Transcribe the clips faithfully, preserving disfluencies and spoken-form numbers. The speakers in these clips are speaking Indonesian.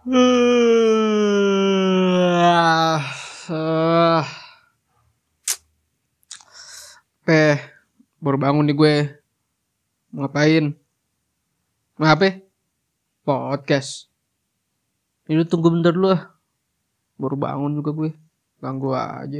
Uh, uh, eh, baru bangun nih gue. Ngapain? Ngapain? Podcast. Ini tunggu bentar dulu lah. Baru bangun juga gue. Ganggu aja.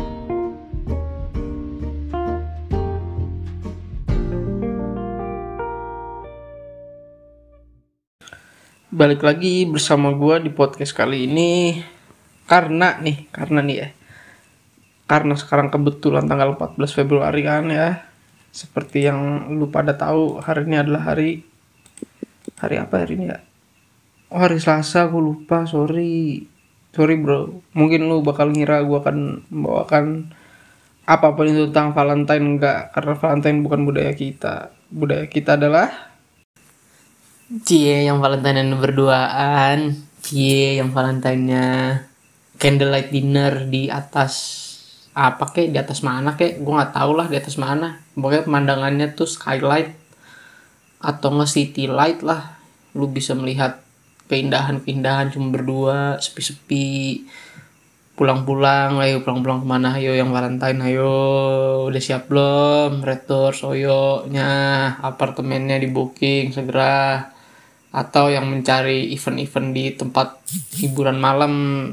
Balik lagi bersama gue di podcast kali ini. Karena nih, karena nih ya. Karena sekarang kebetulan tanggal empat belas Februari kan ya. Seperti yang lu pada tahu, hari ini adalah hari hari apa hari ini ya? Oh, hari Selasa, gue lupa, sorry. Sorry bro, mungkin lu bakal ngira gue akan membawakan apapun itu tentang Valentine. Enggak, karena Valentine bukan budaya kita. Budaya kita adalah Cie yang Valentine berduaan, cie yang Valentine-nya candlelight dinner di atas apa kek, di atas mana kek, gue nggak tahu lah di atas mana. Pokoknya pemandangannya tuh skylight atau nge city light lah, lu bisa melihat keindahan-keindahan cuma berdua, sepi-sepi. Pulang-pulang, ayo pulang-pulang kemana, ayo yang Valentine, ayo udah siap belum, Red Doors, Oyo-nya, apartemennya di booking segera. Atau yang mencari event-event di tempat hiburan malam,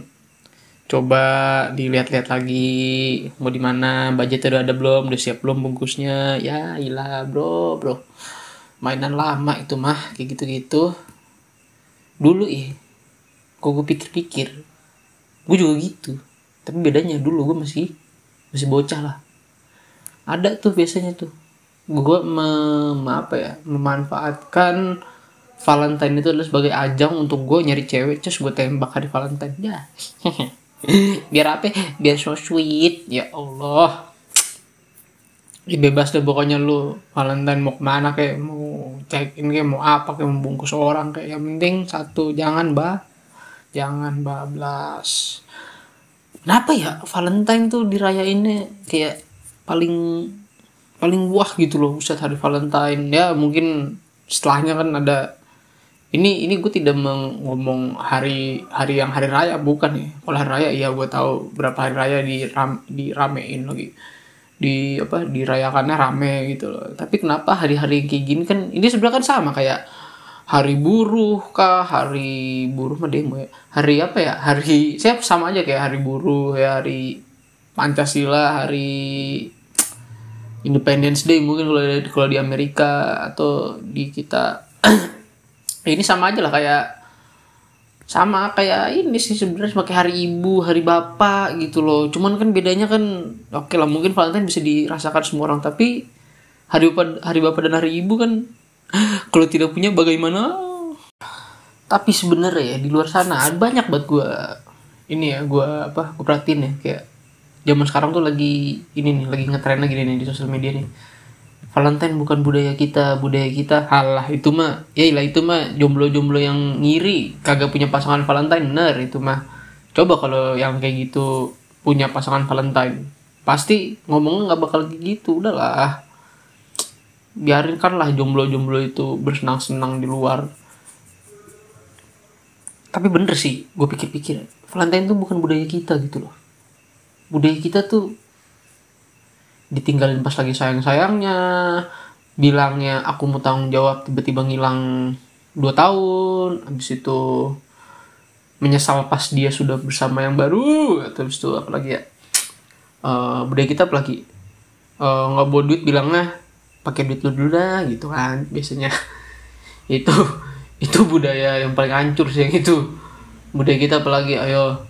coba dilihat-lihat lagi mau di mana, budgetnya udah ada belum, udah siap belum bungkusnya. Ya ilah bro bro mainan lama itu mah kayak gitu-gitu dulu ih. Kok gue pikir-pikir gue juga gitu, tapi bedanya dulu gue masih masih bocah lah. Ada tuh biasanya tuh gue mem, apa ya memanfaatkan Valentine itu adalah sebagai ajang untuk gue nyari cewek, terus gue tembak hari Valentine ya. Biar apa? Biar so sweet. Ya Allah. Ya bebas deh pokoknya lu Valentine mau kemana kayak, mau check in kayak, mau apa kayak, mau bungkus orang kayak, yang penting satu, jangan bah jangan bablas. Kenapa ya Valentine tuh dirayainnya kayak paling paling wah gitu loh, buset hari Valentine. Ya mungkin setelahnya kan ada ini ini gue tidak ngomong hari hari yang hari raya, bukan ya. Kalau hari raya iya gue tahu berapa hari raya di ram, diramein lagi, di apa dirayakannya rame gitu loh. Tapi kenapa hari-hari kayak gini kan ini sebenarnya kan sama kayak hari buruh kah, hari buruh mah demo ya, hari apa ya, hari saya sama aja kayak hari buruh ya, hari Pancasila, hari Independence Day mungkin kalau kalau di Amerika atau di kita. Ini sama aja lah, kayak sama kayak ini sih sebenarnya, sebagai hari ibu, hari bapak gitu loh. Cuman kan bedanya kan, oke okay lah mungkin Valentine bisa dirasakan semua orang, tapi hari bapak, hari bapak dan hari ibu kan kalau tidak punya bagaimana. Tapi sebenarnya ya di luar sana banyak banget gue ini ya, gue apa gue perhatiin ya, kayak zaman sekarang tuh lagi ini nih, lagi ngetren lagi nih di sosial media nih, Valentine bukan budaya kita, budaya kita. Halah itu mah, ya ilah itu mah jomblo-jomblo yang ngiri kagak punya pasangan Valentine, bener itu mah. Coba kalau yang kayak gitu punya pasangan Valentine, pasti ngomongnya nggak bakal kayak gitu. Udahlah, biarin kan lah jomblo-jomblo itu bersenang-senang di luar. Tapi bener sih, gue pikir-pikir Valentine tuh bukan budaya kita gitu loh. Budaya kita tuh ditinggalin pas lagi sayang-sayangnya, bilangnya aku mau tanggung jawab, tiba-tiba ngilang dua tahun, habis itu menyesal pas dia sudah bersama yang baru, atau habis itu apalagi ya, uh, budaya kita apalagi uh, nggak bawa duit bilangnya pakai duit lu dulu dah gitu kan biasanya. itu itu budaya yang paling hancur sih yang itu. Budaya kita apalagi, ayo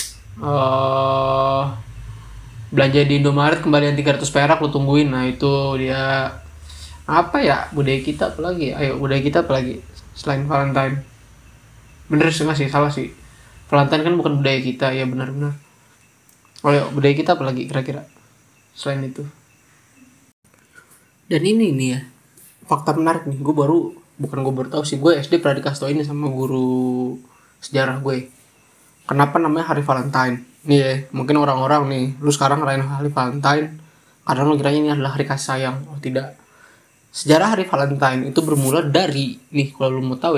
uh, belanja di Indomaret kembalian tiga ratus perak lu tungguin. Nah itu dia apa ya budaya kita apalagi, ayo budaya kita apalagi selain Valentine. Bener sih, nggak sih, salah sih, Valentine kan bukan budaya kita ya, benar-benar. Oh ya, budaya kita apalagi kira-kira selain itu. Dan ini nih ya fakta menarik nih, gue baru bukan gue baru tahu sih, gue S D pernah dikasih tau ini sama guru sejarah gue, kenapa namanya hari Valentine. Nih ya, mungkin orang-orang nih, lu sekarang ngerayain hari Valentine karena lu kiranya ini adalah hari kasih sayang. Oh tidak. Sejarah hari Valentine itu bermula dari, nih kalau lu mau tahu ya,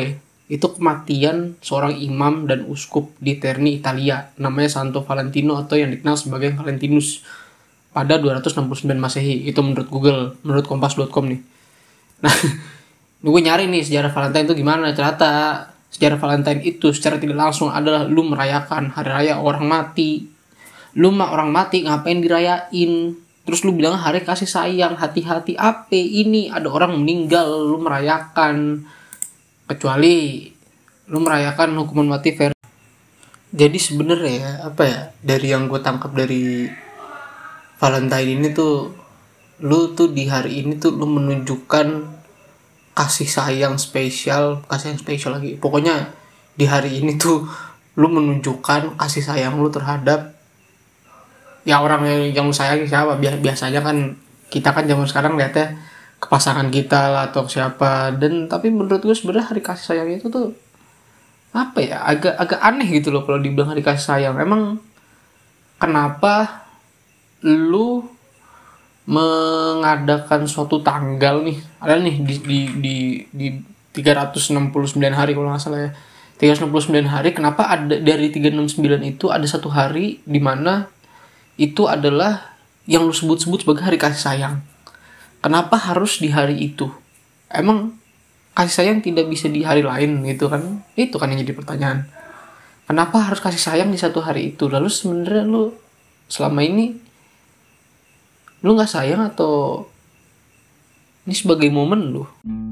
itu kematian seorang imam dan uskup di Terni, Italia, namanya Santo Valentino atau yang dikenal sebagai Valentinus, pada dua ratus enam puluh sembilan Masehi. Itu menurut Google, menurut kompas dot com nih. Nah, gue nyari nih sejarah Valentine itu gimana. Ternyata sejarah Valentine itu secara tidak langsung adalah lu merayakan hari raya orang mati. Lu mah orang mati ngapain dirayain? Terus lu bilang hari kasih sayang, hati-hati apa ini, ada orang meninggal lu merayakan. Kecuali lu merayakan hukuman mati fair. Jadi sebenarnya ya, apa ya, dari yang gue tangkap dari Valentine ini tuh, lu tuh di hari ini tuh lu menunjukkan kasih sayang spesial, kasih sayang spesial lagi. Pokoknya di hari ini tuh lu menunjukkan kasih sayang lu terhadap ya orang yang, yang lu sayangi siapa. Biasanya kan kita kan zaman sekarang lihatnya ke pasangan kita lah atau siapa. Dan tapi menurut gue sebenarnya hari kasih sayang itu tuh apa ya, agak agak aneh gitu loh kalau dibilang hari kasih sayang. Emang kenapa lu mengadakan suatu tanggal nih, ada nih di di di, di tiga ratus enam puluh sembilan hari kalau nggak salah ya, tiga ratus enam puluh sembilan hari, kenapa ada dari tiga ratus enam puluh sembilan itu ada satu hari di mana itu adalah yang lu sebut-sebut sebagai hari kasih sayang? Kenapa harus di hari itu? Emang kasih sayang tidak bisa di hari lain gitu kan? Itu kan yang jadi pertanyaan. Kenapa harus kasih sayang di satu hari itu? Lalu sebenarnya lu selama ini lu nggak sayang atau ini sebagai momen lu?